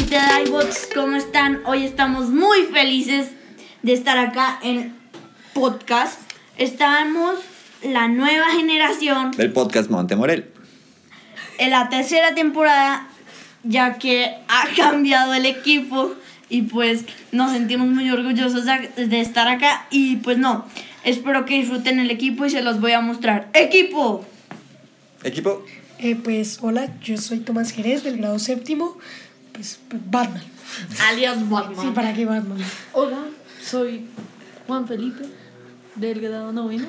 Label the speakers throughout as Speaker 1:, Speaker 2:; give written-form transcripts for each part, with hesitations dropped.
Speaker 1: gente de iVoox, ¿cómo están? Hoy estamos muy felices de estar acá en podcast. Estamos la nueva generación
Speaker 2: del podcast Montemorel.
Speaker 1: En la tercera temporada, ya que ha cambiado el equipo y pues nos sentimos muy orgullosos de estar acá. Y pues no, espero que disfruten el equipo y se los voy a mostrar. ¡Equipo!
Speaker 2: ¿Equipo?
Speaker 3: Pues hola, yo soy Tomás Jerez del grado séptimo, pues Batman.
Speaker 1: Alias Batman.
Speaker 3: Sí, ¿para qué Batman?
Speaker 4: Hola, soy Juan Felipe del grado noveno.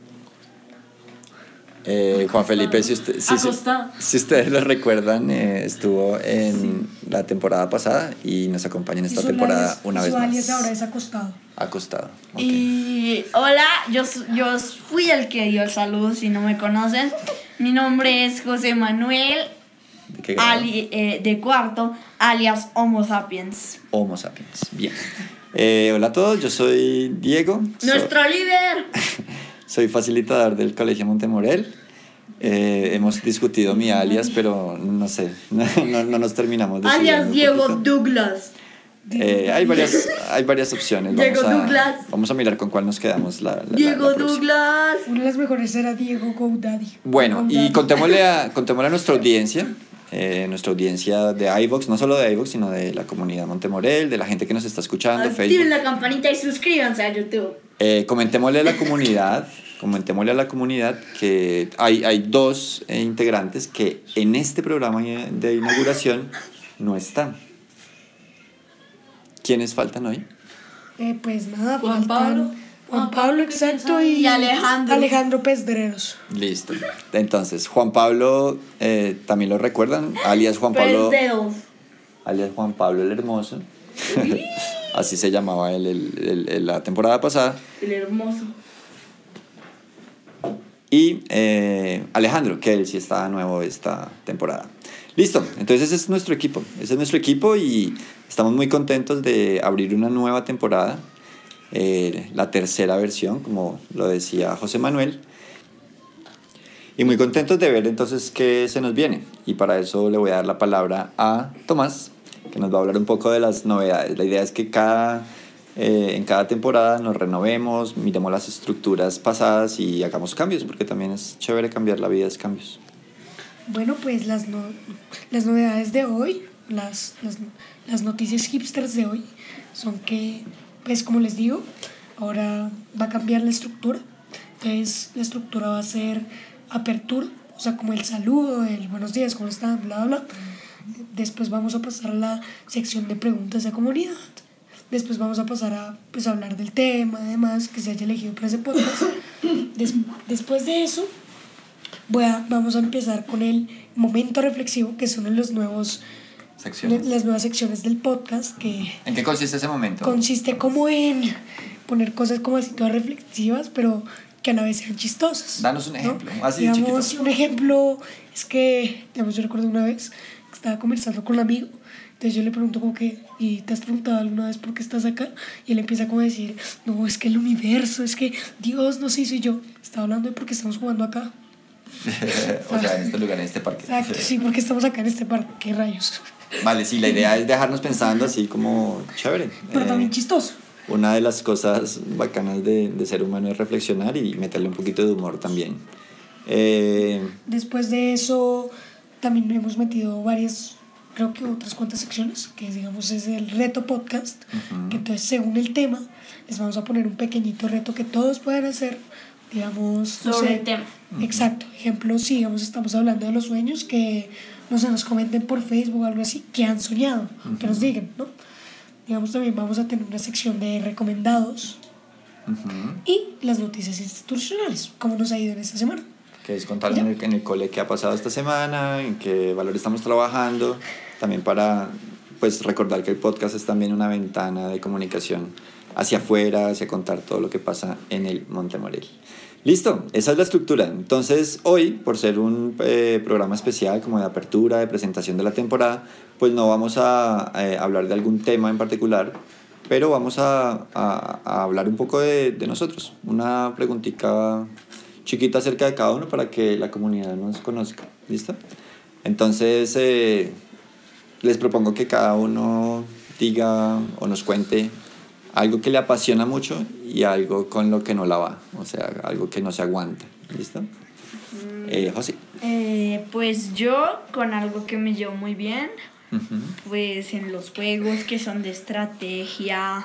Speaker 2: Juan Felipe, si ustedes lo recuerdan, estuvo en la temporada pasada y nos acompaña en esta temporada una vez más.
Speaker 3: Su alias ahora es acostado.
Speaker 2: Acostado. Okay.
Speaker 1: Y hola, yo fui el que dio el saludo si no me conocen. Mi nombre es José Manuel,
Speaker 2: ¿de qué grado?
Speaker 1: De cuarto, alias Homo Sapiens.
Speaker 2: Homo Sapiens, bien. Hola a todos, yo soy Diego.
Speaker 1: ¡Nuestro líder!
Speaker 2: Soy facilitador del Colegio Montemorel. Hemos discutido mi alias, pero no sé, no nos terminamos de decidir.
Speaker 1: Alias Diego Douglas.
Speaker 2: Hay varias opciones.
Speaker 1: Diego Douglas.
Speaker 2: Vamos a mirar con cuál nos quedamos.
Speaker 1: Diego Douglas.
Speaker 3: Una de las mejores era Diego GoDaddy.
Speaker 2: Bueno, y contémosle a nuestra audiencia. Nuestra audiencia de iVoox, no solo de iVoox, sino de la comunidad Montemorel, de la gente que nos está escuchando,
Speaker 1: Activen
Speaker 2: Facebook.
Speaker 1: la campanita y suscríbanse a YouTube.
Speaker 2: Comentémosle a la comunidad que hay dos integrantes que en este programa de inauguración no están. ¿Quiénes faltan hoy?
Speaker 3: Pues nada,
Speaker 4: Juan
Speaker 3: faltan Juan Pablo, exacto, y Alejandro Pedreros.
Speaker 2: Listo. Entonces, Juan Pablo, también lo recuerdan, alias Juan Pablo. Alias Juan Pablo el Hermoso. Así se llamaba él la temporada pasada.
Speaker 1: El Hermoso.
Speaker 2: Y Alejandro, que él sí está nuevo esta temporada. Listo, entonces ese es nuestro equipo y estamos muy contentos de abrir una nueva temporada, la tercera versión, como lo decía José Manuel, y muy contentos de ver entonces qué se nos viene. Y para eso le voy a dar la palabra a Tomás, que nos va a hablar un poco de las novedades. La idea es que en cada temporada nos renovemos, miremos las estructuras pasadas y hagamos cambios, porque también es chévere cambiar, la vida es cambios.
Speaker 3: Bueno, pues las novedades de hoy, las noticias hipsters de hoy son que, pues como les digo, ahora va a cambiar la estructura. Entonces la estructura va a ser apertura, o sea, como el saludo, el buenos días, ¿cómo están? Bla, bla. Después vamos a pasar a la sección de preguntas de comunidad. Después vamos a pasar a hablar del tema, además, que se haya elegido para ese podcast. Después de eso, vamos a empezar con el momento reflexivo, que son las nuevas secciones del podcast.
Speaker 2: ¿En qué consiste ese momento?
Speaker 3: Consiste como en poner cosas como así todas reflexivas, pero que a la vez sean chistosas.
Speaker 2: Danos un ejemplo,
Speaker 3: ¿no?
Speaker 2: así
Speaker 3: digamos,
Speaker 2: chiquito.
Speaker 3: Un ejemplo es que, yo recuerdo una vez que estaba conversando con un amigo. Entonces yo le pregunto como que, ¿y te has preguntado alguna vez por qué estás acá? Y él empieza como a decir, no, es que el universo, es que Dios nos hizo, y yo estaba hablando de por qué estamos jugando acá.
Speaker 2: O sea, en este lugar, en este parque.
Speaker 3: Exacto, sí, porque estamos acá en este parque, qué rayos.
Speaker 2: Vale, sí, la idea es dejarnos pensando así como chévere.
Speaker 3: Pero también chistoso.
Speaker 2: Una de las cosas bacanas de ser humano es reflexionar y meterle un poquito de humor también.
Speaker 3: Después de eso, también hemos metido varias, creo que otras cuantas secciones, que digamos es el reto podcast, que entonces según el tema les vamos a poner un pequeñito reto que todos pueden hacer, digamos,
Speaker 1: sobre el tema.
Speaker 3: Exacto, ejemplo, si digamos estamos hablando de los sueños, que no se nos comenten por Facebook o algo así, que han soñado, que nos digan, ¿no? Digamos, también vamos a tener una sección de recomendados y las noticias institucionales, cómo nos ha ido en esta semana.
Speaker 2: Que es contarles en el cole qué ha pasado esta semana, en qué valor estamos trabajando, también para pues recordar que el podcast es también una ventana de comunicación hacia afuera, hacia contar todo lo que pasa en el Montemorel. Listo, esa es la estructura. Entonces hoy, por ser un programa especial como de apertura, de presentación de la temporada, pues no vamos a hablar de algún tema en particular, pero vamos a hablar un poco de nosotros. Una preguntita chiquita acerca de cada uno para que la comunidad nos conozca. ¿Listo? Entonces, les propongo que cada uno diga o nos cuente algo que le apasiona mucho y algo con lo que no la va, o sea, algo que no se aguanta. ¿Listo? José.
Speaker 1: Pues yo con algo que me llevo muy bien,
Speaker 2: Ujú.
Speaker 1: pues en los juegos que son de estrategia.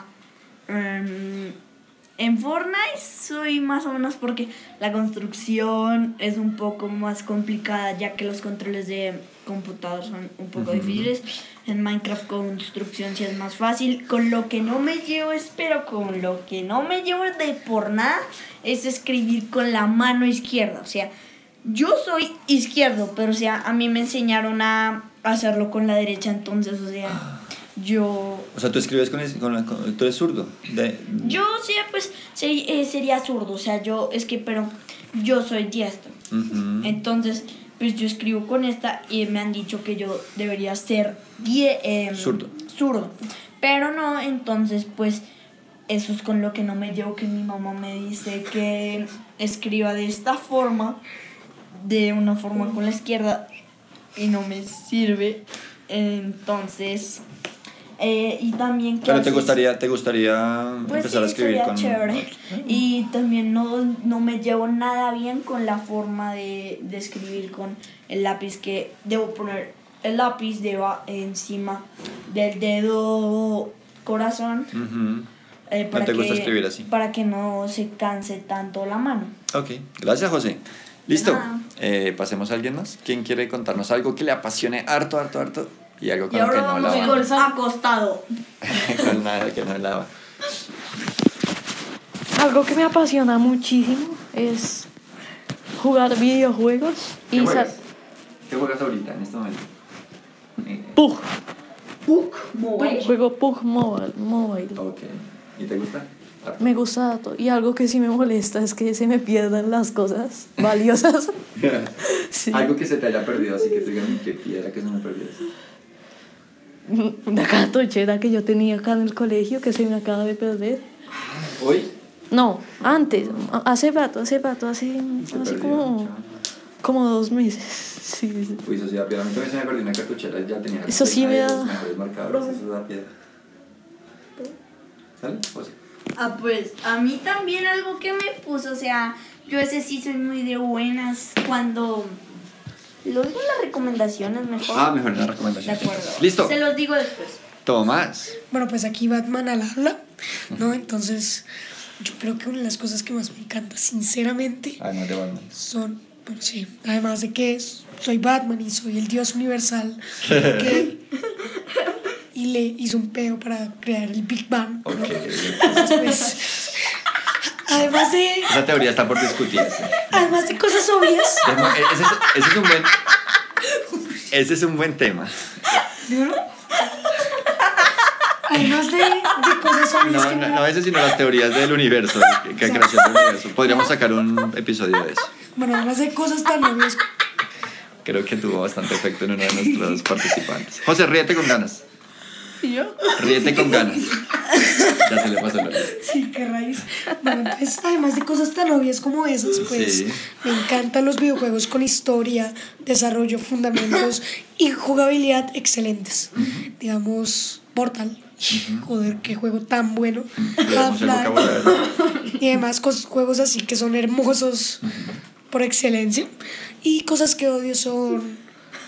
Speaker 1: En Fortnite soy más o menos porque la construcción es un poco más complicada ya que los controles de computador son un poco difíciles. En Minecraft construcción sí es más fácil. Con lo que no me llevo con lo que no me llevo de por nada es escribir con la mano izquierda. O sea, yo soy izquierdo, pero o sea, a mí me enseñaron a hacerlo con la derecha, entonces, o sea, yo...
Speaker 2: O sea, tú escribes tú eres zurdo.
Speaker 1: Yo, sí, pues, sería zurdo, o sea, pero yo soy diestro.
Speaker 2: Ujú.
Speaker 1: Entonces, pues yo escribo con esta y me han dicho que yo debería ser zurdo. Pero no, entonces, pues, eso es con lo que no me llevo, que mi mamá me dice que escriba de esta forma, de una forma con la izquierda, y no me sirve. Entonces... y también que
Speaker 2: Pero
Speaker 1: a
Speaker 2: te
Speaker 1: veces-
Speaker 2: gustaría
Speaker 1: pues
Speaker 2: empezar a
Speaker 1: sí,
Speaker 2: escribir
Speaker 1: sería
Speaker 2: con...
Speaker 1: chévere. Y también no me llevo nada bien con la forma de escribir con el lápiz, que debo poner el lápiz encima del dedo corazón,
Speaker 2: Ujú.
Speaker 1: para
Speaker 2: ¿No te gusta escribir así?
Speaker 1: para que no se canse tanto la mano.
Speaker 2: Ok, gracias José. Listo,
Speaker 1: nada.
Speaker 2: pasemos a alguien más. ¿Quién quiere contarnos algo que le apasione harto y algo
Speaker 1: Y
Speaker 2: con lo que
Speaker 1: ahora
Speaker 2: no la
Speaker 1: vamos
Speaker 2: va?
Speaker 1: con acostado.
Speaker 2: Con nada que no la va.
Speaker 4: Algo que me apasiona muchísimo es jugar videojuegos y
Speaker 2: ¿Qué juegas ahorita en este momento?
Speaker 4: PUG.
Speaker 1: Mobile.
Speaker 4: Juego PUG Mobile.
Speaker 2: Ok, ¿y te gusta?
Speaker 4: Me gusta harto. Y algo que sí me molesta es que se me pierdan las cosas valiosas. Sí.
Speaker 2: Algo que se te haya perdido, así que te digan qué piedra que se me perdió.
Speaker 4: Una cartuchera que yo tenía acá en el colegio que se me acaba de perder.
Speaker 2: ¿Hoy?
Speaker 4: No, antes, hace rato, hace
Speaker 2: Se perdió,
Speaker 4: como 2 meses. Sí, sí.
Speaker 2: Uy, eso sí da piedra. A mí también se me perdió una cartuchera y ya tenía.
Speaker 4: Eso sí me da-
Speaker 2: los mejores marcadores, eso da piedra. ¿Sale? José.
Speaker 1: Pues a mí también algo que me puso, o sea, yo ese sí soy muy de buenas cuando... Lo digo en las recomendaciones mejor.
Speaker 2: Mejor en la
Speaker 1: De
Speaker 2: recomendación.
Speaker 1: acuerdo.
Speaker 2: Listo.
Speaker 1: Se los digo después.
Speaker 2: Tomás.
Speaker 3: Bueno, pues aquí Batman al habla, ¿no? Entonces, yo creo que una de las cosas que más me encanta, sinceramente,
Speaker 2: Además de Batman.
Speaker 3: son, bueno, sí, además de que soy Batman y soy el dios universal, y le hizo un peo para crear el Big Bang, ¿no?
Speaker 2: Ok.
Speaker 3: Entonces, pues, además de
Speaker 2: Esa teoría está por discutirse.
Speaker 3: cosas obvias,
Speaker 2: Ese es un buen tema.
Speaker 3: además de cosas obvias que
Speaker 2: No ese, sino las teorías del universo, que creación del universo. Podríamos sacar un episodio de eso.
Speaker 3: bueno, además de cosas tan obvias,
Speaker 2: Creo que tuvo bastante efecto en uno de nuestros participantes. José, ríete con ganas.
Speaker 4: ¿Y yo?
Speaker 2: Ríete con ganas. Ya se le pasó la risa.
Speaker 3: sí, qué raíz. Bueno, entonces, además de cosas tan obvias como esas, pues
Speaker 2: Sí.
Speaker 3: me encantan los videojuegos con historia, desarrollo, fundamentos y jugabilidad excelentes. Digamos, Portal. Joder, qué juego tan bueno.
Speaker 2: Cuidamos el
Speaker 3: Half-Life.
Speaker 2: vocabulario.
Speaker 3: Y además juegos así que son hermosos por excelencia. Y cosas que odio son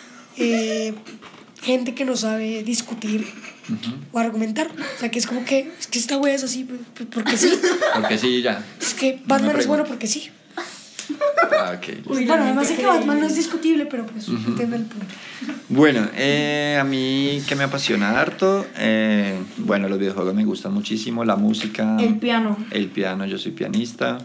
Speaker 3: gente que no sabe discutir o argumentar. O sea, que es como que esta wea es así, porque sí.
Speaker 2: Porque sí, ya.
Speaker 3: Es que
Speaker 2: No
Speaker 3: Batman
Speaker 2: me
Speaker 3: es bueno
Speaker 2: pregunto.
Speaker 3: porque sí.
Speaker 2: Ok.
Speaker 3: Bueno, además de que Batman no es discutible, pero pues entiendo el punto.
Speaker 2: Bueno, a mí que me apasiona harto, bueno, los videojuegos me gustan muchísimo, la música,
Speaker 1: El piano.
Speaker 2: yo soy pianista,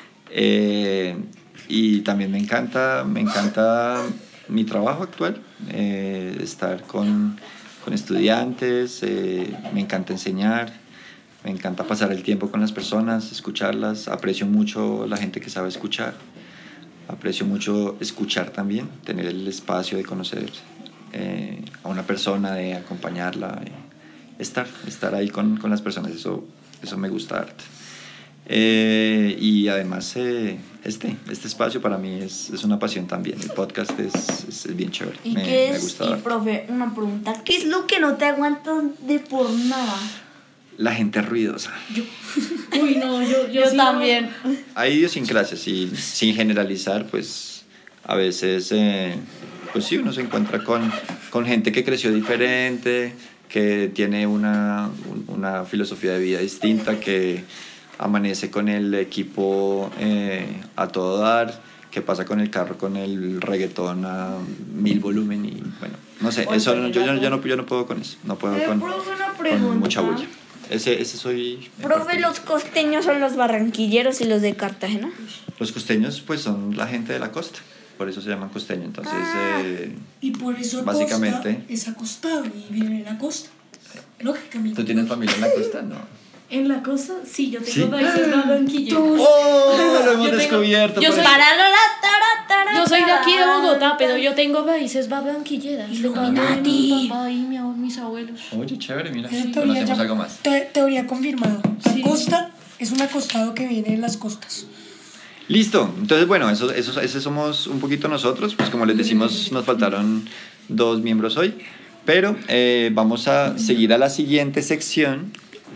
Speaker 2: y también me encanta mi trabajo actual, estar con estudiantes, me encanta enseñar, me encanta pasar el tiempo con las personas, escucharlas, aprecio mucho la gente que sabe escuchar. Aprecio mucho escuchar también, tener el espacio de conocer a una persona, de acompañarla, estar ahí con las personas, eso me gusta harto. Y además este espacio para mí es una pasión también. El podcast es bien chévere.
Speaker 1: ¿Y
Speaker 2: me
Speaker 1: qué es?
Speaker 2: gusta
Speaker 1: Y
Speaker 2: harto.
Speaker 1: profe, una pregunta. ¿Qué es lo que no te aguantas de por nada?
Speaker 2: La gente ruidosa.
Speaker 4: Uy, no,
Speaker 1: Yo
Speaker 4: sí
Speaker 1: también.
Speaker 2: Hay idiosincrasias y sin generalizar, pues a veces, pues sí, uno se encuentra con gente que creció diferente, que tiene una filosofía de vida distinta, que amanece con el equipo a todo dar, que pasa con el carro con el reggaetón a 1000 volumen y bueno, no sé,
Speaker 1: O el
Speaker 2: eso
Speaker 1: vallenato.
Speaker 2: yo no puedo con eso, no puedo
Speaker 1: Profe, una pregunta.
Speaker 2: con mucha bulla. Ese soy...
Speaker 1: Profe, ¿los costeños son los barranquilleros y los de Cartagena?
Speaker 2: Los costeños pues son la gente de la costa, por eso se llaman costeños, entonces
Speaker 3: Y por eso
Speaker 2: básicamente-
Speaker 3: Costa es acostado y vive en la costa. Lógicamente.
Speaker 2: ¿tú tienes familia en la costa? No.
Speaker 4: ¿En la costa? Sí, yo tengo
Speaker 2: ¿Sí?
Speaker 4: raíces barranquilleras.
Speaker 2: ¡Oh! Lo hemos
Speaker 4: Yo tengo-
Speaker 2: descubierto.
Speaker 4: yo
Speaker 2: por
Speaker 4: soy-
Speaker 2: eso.
Speaker 4: Yo soy de aquí de Bogotá, pero yo tengo raíces barranquilleras. De parte de mi papá y mis abuelos.
Speaker 2: Oye, chévere, mira,
Speaker 3: Esa teoría
Speaker 2: conocemos
Speaker 3: ya-
Speaker 2: algo más.
Speaker 3: Teoría confirmada.
Speaker 4: Sí.
Speaker 3: Costa es un acostado que viene en las costas.
Speaker 2: Listo, entonces bueno, eso somos un poquito nosotros, pues como les decimos nos faltaron 2 miembros hoy, pero vamos a seguir a la siguiente sección,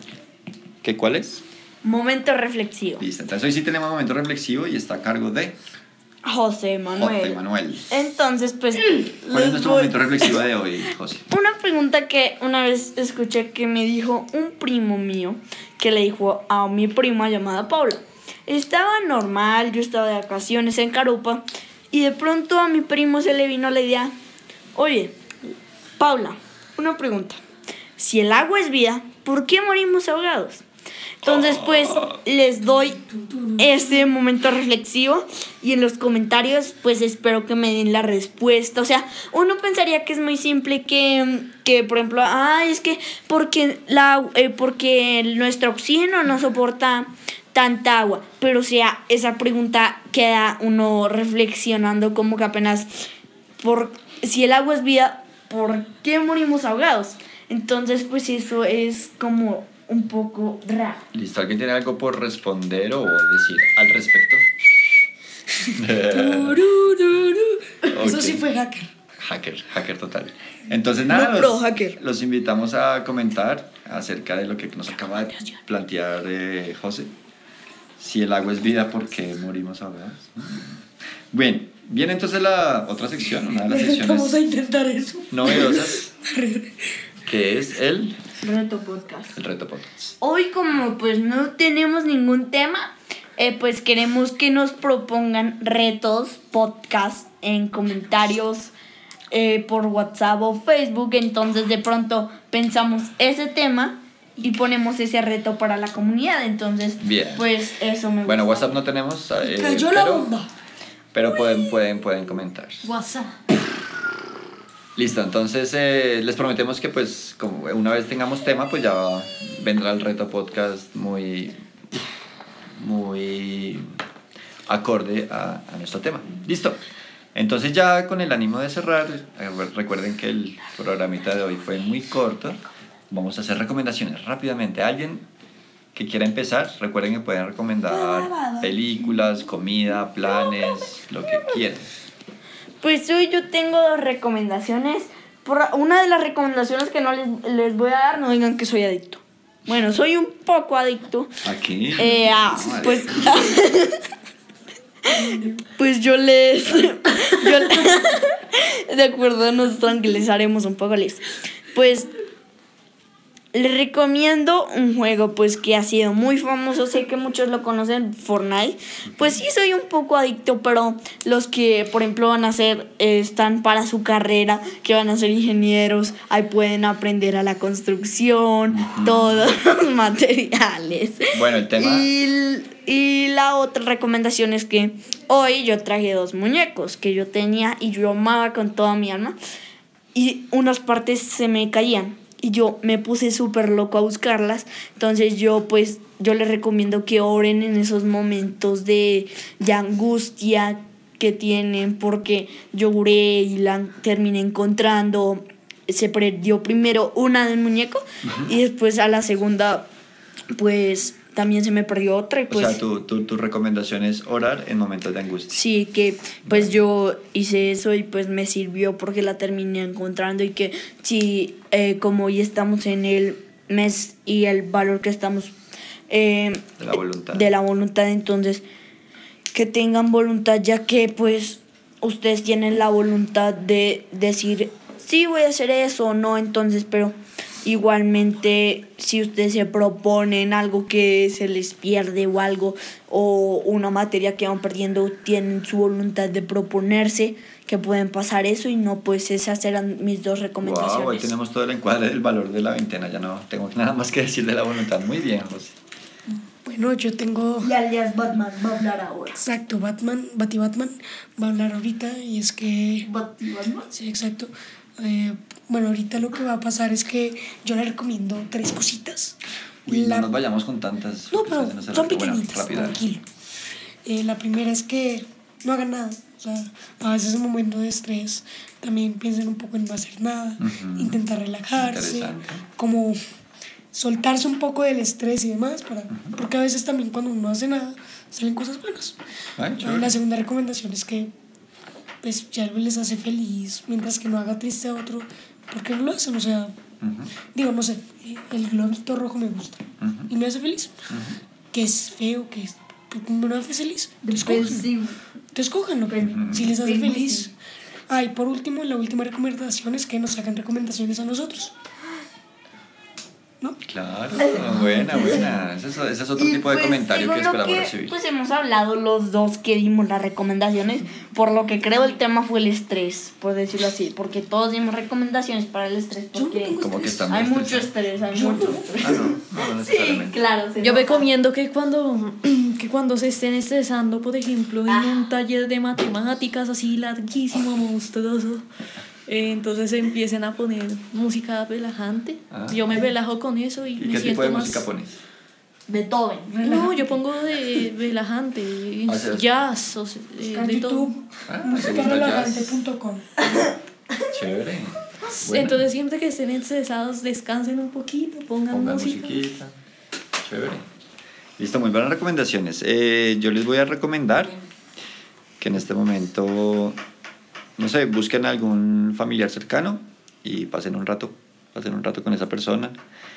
Speaker 2: ¿que cuál es?
Speaker 1: Momento reflexivo.
Speaker 2: Listo, entonces hoy sí tenemos momento reflexivo y está a cargo de
Speaker 1: José Manuel.
Speaker 2: José Manuel.
Speaker 1: Entonces, pues.
Speaker 2: ¿Cuál es
Speaker 1: les
Speaker 2: nuestro
Speaker 1: voy-
Speaker 2: momento reflexivo de hoy, José?
Speaker 1: Una pregunta que una vez escuché que me dijo un primo mío, que le dijo a mi prima llamada Paula. Estaba normal, yo estaba de vacaciones en Carupa y de pronto a mi primo se le vino la idea, oye, Paula, una pregunta, si el agua es vida, ¿por qué morimos ahogados? Entonces pues les doy este momento reflexivo y en los comentarios pues espero que me den la respuesta. O sea, uno pensaría que es muy simple que por ejemplo, es que porque nuestro oxígeno no soporta tanta agua, pero o sea, esa pregunta queda uno reflexionando como que apenas si el agua es vida, ¿por qué morimos ahogados? Entonces pues eso es como un poco raro.
Speaker 2: ¿Listo? ¿Alguien tiene algo por responder o decir al respecto?
Speaker 3: Eso
Speaker 2: Ok.
Speaker 3: sí fue hacker.
Speaker 2: Hacker total. Entonces nada,
Speaker 1: No pro hacker.
Speaker 2: los invitamos a comentar acerca de lo que nos acaba de plantear José. Si el agua es vida, ¿por qué morimos ahogados? Bien, viene entonces la otra sección, una de las
Speaker 3: Vamos a
Speaker 2: secciones
Speaker 3: intentar eso.
Speaker 2: novedosas, que es el
Speaker 1: Reto podcast.
Speaker 2: reto podcast.
Speaker 1: Hoy como pues no tenemos ningún tema, pues queremos que nos propongan retos, podcast en comentarios por WhatsApp o Facebook. Entonces de pronto pensamos ese tema y ponemos ese reto para la comunidad. Entonces
Speaker 2: Bien.
Speaker 1: pues eso me gusta.
Speaker 2: Bueno, WhatsApp no tenemos,
Speaker 3: Cayó la bomba.
Speaker 2: pero pueden comentar.
Speaker 4: WhatsApp.
Speaker 2: Listo, entonces les prometemos que pues como una vez tengamos tema, pues ya vendrá el reto podcast muy acorde a nuestro tema. Listo. Entonces ya con el ánimo de cerrar, recuerden que el programita de hoy fue muy corto. Vamos a hacer recomendaciones rápidamente. ¿Alguien que quiera empezar? Recuerden que pueden recomendar películas, comida, planes, lo que quieran.
Speaker 1: Pues hoy yo tengo 2 recomendaciones. Una de las recomendaciones que no les voy a dar, no digan que soy adicto. Bueno, soy un poco adicto.
Speaker 2: Aquí.
Speaker 1: Pues, pues de acuerdo, nos tranquilizaremos un poco, Liz. Pues les recomiendo un juego pues que ha sido muy famoso, sé que muchos lo conocen, Fortnite. Pues sí soy un poco adicto, pero los que por ejemplo van a ser, están para su carrera, que van a ser ingenieros, ahí pueden aprender a la construcción, todos los materiales.
Speaker 2: Bueno, el tema...
Speaker 1: Y la otra recomendación es que hoy yo traje 2 muñecos que yo tenía y yo amaba con toda mi alma, y unas partes se me caían y yo me puse súper loco a buscarlas. Entonces yo les recomiendo que oren en esos momentos de angustia que tienen, porque yo oré y la terminé encontrando. Se perdió primero una del muñeco y después a la segunda pues también se me perdió otra y pues...
Speaker 2: O sea, tu recomendación es orar en momentos de angustia.
Speaker 1: Sí, que pues yo hice eso y pues me sirvió porque la terminé encontrando y que si como hoy estamos en el mes y el valor que estamos
Speaker 2: de
Speaker 1: la voluntad, entonces que tengan voluntad, ya que pues ustedes tienen la voluntad de decir sí voy a hacer eso o no, entonces pero igualmente si ustedes se proponen algo que se les pierde o algo o una materia que van perdiendo, tienen su voluntad de proponerse que pueden pasar eso y no, pues esas eran mis dos recomendaciones.
Speaker 2: Wow, hoy tenemos todo el encuadre del valor de la veintena, ya no tengo nada más que decir de la voluntad. Muy bien, José.
Speaker 3: Bueno, yo tengo...
Speaker 1: Y alias Batman va a hablar ahora.
Speaker 3: Exacto, Batman va a hablar ahorita y es que...
Speaker 1: ¿Batman?
Speaker 3: Sí, exacto. Bueno, ahorita lo que va a pasar es que yo le recomiendo 3 cositas.
Speaker 2: Uy, no nos vayamos con tantas.
Speaker 3: No, pero son pequeñitas,
Speaker 2: bueno,
Speaker 3: tranquilo. La primera es que no hagan nada. O sea, a veces en un momento de estrés también piensen un poco en no hacer nada, intentar relajarse, como soltarse un poco del estrés y demás, porque a veces también cuando uno no hace nada salen cosas buenas. La segunda recomendación es que pues si algo les hace feliz, mientras que no haga triste a otro, ¿por qué no lo hacen? O sea, digo, no sé, el globito rojo me gusta y me hace feliz. Que es feo, que no me hace feliz, entonces cójanlo, si les hace feliz. Y por último, la última recomendación es que nos hagan recomendaciones a nosotros, ¿no?
Speaker 2: Claro, buena. Ese es otro tipo de comentario que esperamos recibir.
Speaker 1: Pues hemos hablado los dos que dimos las recomendaciones, por lo que creo el tema fue el estrés, por decirlo así, porque todos dimos recomendaciones para el estrés, porque
Speaker 2: como que
Speaker 1: hay mucho estrés, hay mucho estrés.
Speaker 2: No necesariamente.
Speaker 1: Sí, claro.
Speaker 4: Yo recomiendo que cuando se estén estresando, por ejemplo, en un taller de matemáticas así larguísimo, monstruoso, entonces empiecen a poner música relajante. Yo me relajo con eso y me
Speaker 2: qué
Speaker 4: siento
Speaker 2: tipo de
Speaker 4: más...
Speaker 2: música pones?
Speaker 1: Beethoven.
Speaker 4: No, yo pongo de relajante, jazz, o sea, de todo.
Speaker 3: musicarelajante.com.
Speaker 2: Chévere.
Speaker 4: Entonces siempre que estén estresados, descansen un poquito, pongan música.
Speaker 2: Musiquita. Chévere. Listo, muy buenas recomendaciones. Yo les voy a recomendar que en este momento, no sé, busquen a algún familiar cercano y pasen un rato con esa persona.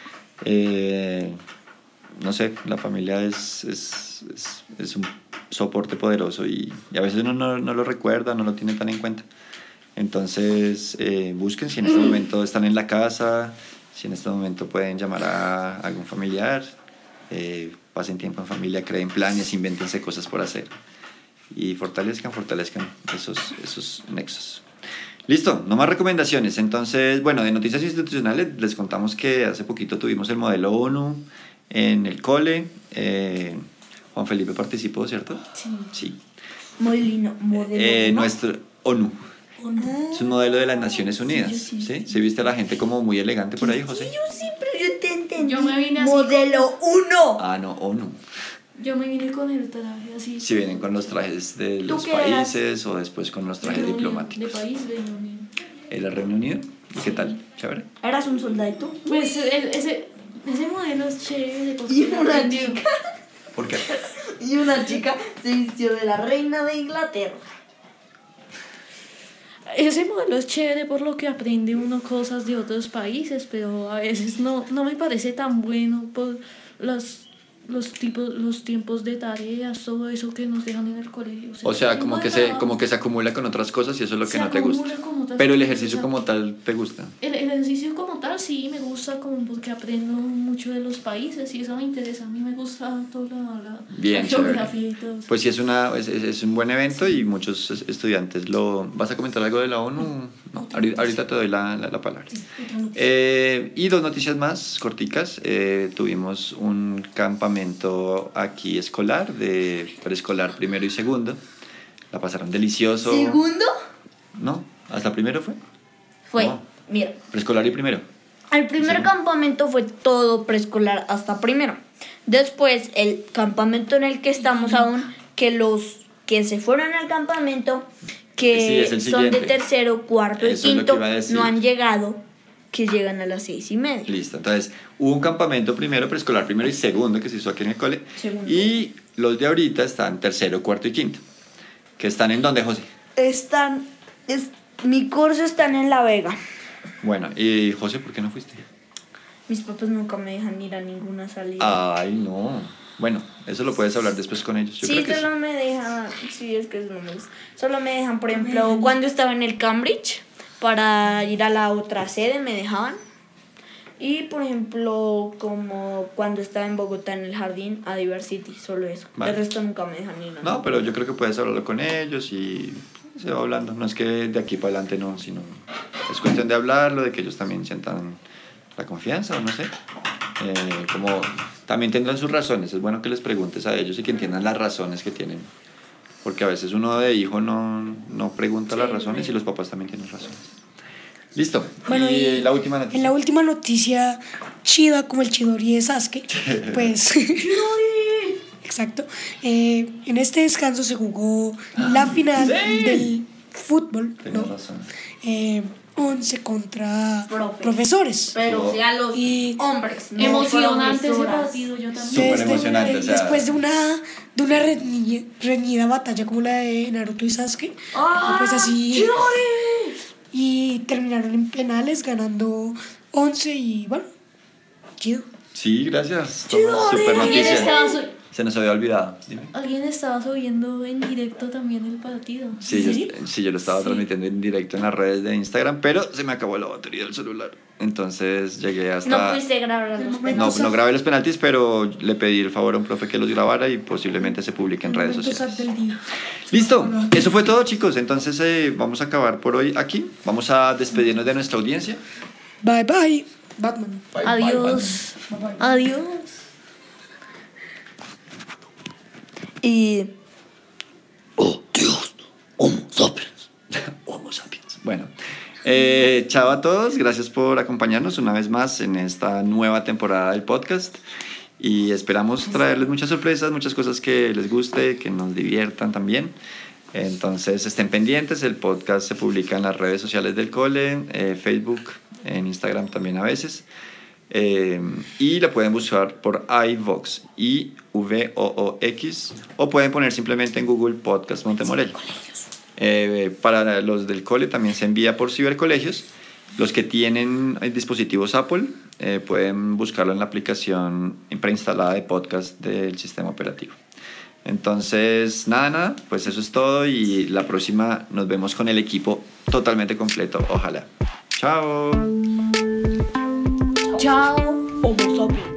Speaker 2: No sé, la familia es un soporte poderoso y a veces uno no lo recuerda, no lo tiene tan en cuenta. Entonces, busquen si en este momento están en la casa, si en este momento pueden llamar a algún familiar, pasen tiempo en familia, creen planes, invéntense cosas por hacer y fortalezcan esos nexos. Listo, no más recomendaciones. Entonces, bueno, de noticias institucionales les contamos que hace poquito tuvimos el modelo ONU en el cole. Juan Felipe participó, ¿cierto? Sí.
Speaker 1: Muy lindo. Modelo
Speaker 2: Nuestro ONU. Es un modelo de las Naciones Unidas. ¿Sí? ¿Sí viste a la gente como muy elegante por ahí, José?
Speaker 1: Yo te entendí.
Speaker 4: Yo me vine así.
Speaker 1: Modelo 1.
Speaker 2: No, ONU.
Speaker 4: Yo me vine con el traje así.
Speaker 2: Si vienen con los trajes de los países o después con los trajes diplomáticos.
Speaker 4: De país, Reino Unido.
Speaker 2: ¿Era Reino Unido? ¿Y qué tal? ¿Chévere?
Speaker 1: ¿Eras un soldadito?
Speaker 4: Pues ese modelo es chévere.
Speaker 1: Y una chica.
Speaker 2: ¿Por qué?
Speaker 1: Y una chica se vistió de la reina de Inglaterra.
Speaker 4: Ese modelo es chévere por lo que aprende uno cosas de otros países, pero a veces no me parece tan bueno por los tiempos de tareas, todo eso que nos dejan en el colegio.
Speaker 2: O sea, como que se acumula con otras cosas y eso es lo que no te gusta. Pero el ejercicio como tal, ¿te gusta?
Speaker 4: El ejercicio como tal sí me gusta, como porque aprendo mucho de los países y eso me interesa. A mí me gusta toda la geografía y todo eso.
Speaker 2: Pues sí, es un buen evento y muchos estudiantes lo... ¿Vas a comentar algo de la ONU? No, ahorita te doy la palabra. Y 2 noticias más corticas. Tuvimos un campamento aquí escolar, de preescolar primero y segundo. La pasaron delicioso.
Speaker 1: ¿Segundo?
Speaker 2: No, ¿hasta primero fue?
Speaker 1: No. Mira.
Speaker 2: Preescolar y primero.
Speaker 1: El primer campamento fue todo preescolar hasta primero. Después, el campamento en el que estamos aún, que los que se fueron al campamento, que son de tercero, cuarto y quinto, no han llegado. que llegan a las 6:30.
Speaker 2: Listo, entonces hubo un campamento primero, preescolar primero y segundo que se hizo aquí en el cole.
Speaker 1: Segundo.
Speaker 2: Y los de ahorita están tercero, cuarto y quinto. ¿Que están en dónde, José?
Speaker 1: Mi curso están en La Vega.
Speaker 2: Bueno, y José, ¿por qué no fuiste?
Speaker 1: Mis papás nunca me dejan ir a ninguna salida.
Speaker 2: Ay, no. Bueno, eso lo puedes hablar después con ellos. Yo
Speaker 1: Sí,
Speaker 2: creo que
Speaker 1: solo me dejan, sí, es que eso no me gusta. Solo me dejan, por ejemplo, cuando estaba en el Cambridge, para ir a la otra sede me dejaban. Y, por ejemplo, como cuando estaba en Bogotá en el jardín, a Diversity, solo eso.
Speaker 2: Vale.
Speaker 1: El resto nunca me dejan ir.
Speaker 2: No, pero yo creo que puedes hablarlo con ellos y se va hablando. No es que de aquí para adelante no, sino es cuestión de hablarlo, de que ellos también sientan la confianza o no sé. Como también tendrán sus razones. Es bueno que les preguntes a ellos y que entiendan las razones que tienen. Porque a veces uno de hijo no pregunta las razones y los papás también tienen razones. Listo.
Speaker 3: Bueno,
Speaker 2: y la última noticia.
Speaker 3: En la última noticia, chida como el Chidori de Sasuke, pues... Exacto. En este descanso se jugó la final del fútbol,
Speaker 2: Tienes
Speaker 3: ¿no?
Speaker 2: razón.
Speaker 3: 11 contra
Speaker 1: Profes.
Speaker 3: profesores.
Speaker 1: Pero sí a los
Speaker 3: Y-
Speaker 1: hombres. no
Speaker 4: Emocionante ese
Speaker 1: profesoras.
Speaker 4: partido, yo también.
Speaker 2: Súper emocionante, o sea-
Speaker 3: Después de una reñida batalla como la de Naruto y Sasuke, pues así... Y terminaron en penales ganando 11 y bueno, chido.
Speaker 2: Sí, gracias. Súper
Speaker 4: ¿Alguien
Speaker 2: noticia.
Speaker 4: estaba,
Speaker 2: Se nos había olvidado. Dime.
Speaker 4: alguien estaba subiendo en directo también el partido?
Speaker 2: Sí, yo lo estaba transmitiendo en directo en las redes de Instagram, pero se me acabó la batería del celular. Entonces llegué hasta...
Speaker 1: No pudiste grabar los
Speaker 2: No grabé los penaltis, pero le pedí el favor a un profe que los grabara y posiblemente se publique en redes
Speaker 3: Momento
Speaker 2: sociales.
Speaker 3: sad del día.
Speaker 2: Listo, eso fue todo, chicos. Entonces vamos a acabar por hoy aquí. Vamos a despedirnos de nuestra audiencia.
Speaker 3: Bye bye, Batman.
Speaker 4: Adiós. Adiós.
Speaker 1: Y
Speaker 2: Oh, Dios, Homo sapiens. Homo sapiens. Bueno, chao a todos. Gracias por acompañarnos una vez más en esta nueva temporada del podcast. Y esperamos traerles muchas sorpresas, muchas cosas que les guste, que nos diviertan también. Entonces estén pendientes, el podcast se publica en las redes sociales del cole, Facebook, en Instagram también a veces. Y lo pueden buscar por iVox, IVOOX, o pueden poner simplemente en Google Podcast Montemorel. Para los del cole también se envía por cibercolegios. Los que tienen dispositivos Apple pueden buscarlo en la aplicación preinstalada de podcast del sistema operativo. Entonces, nada, pues eso es todo y la próxima nos vemos con el equipo totalmente completo, ojalá. Chao.
Speaker 1: chao, Homo sapiens.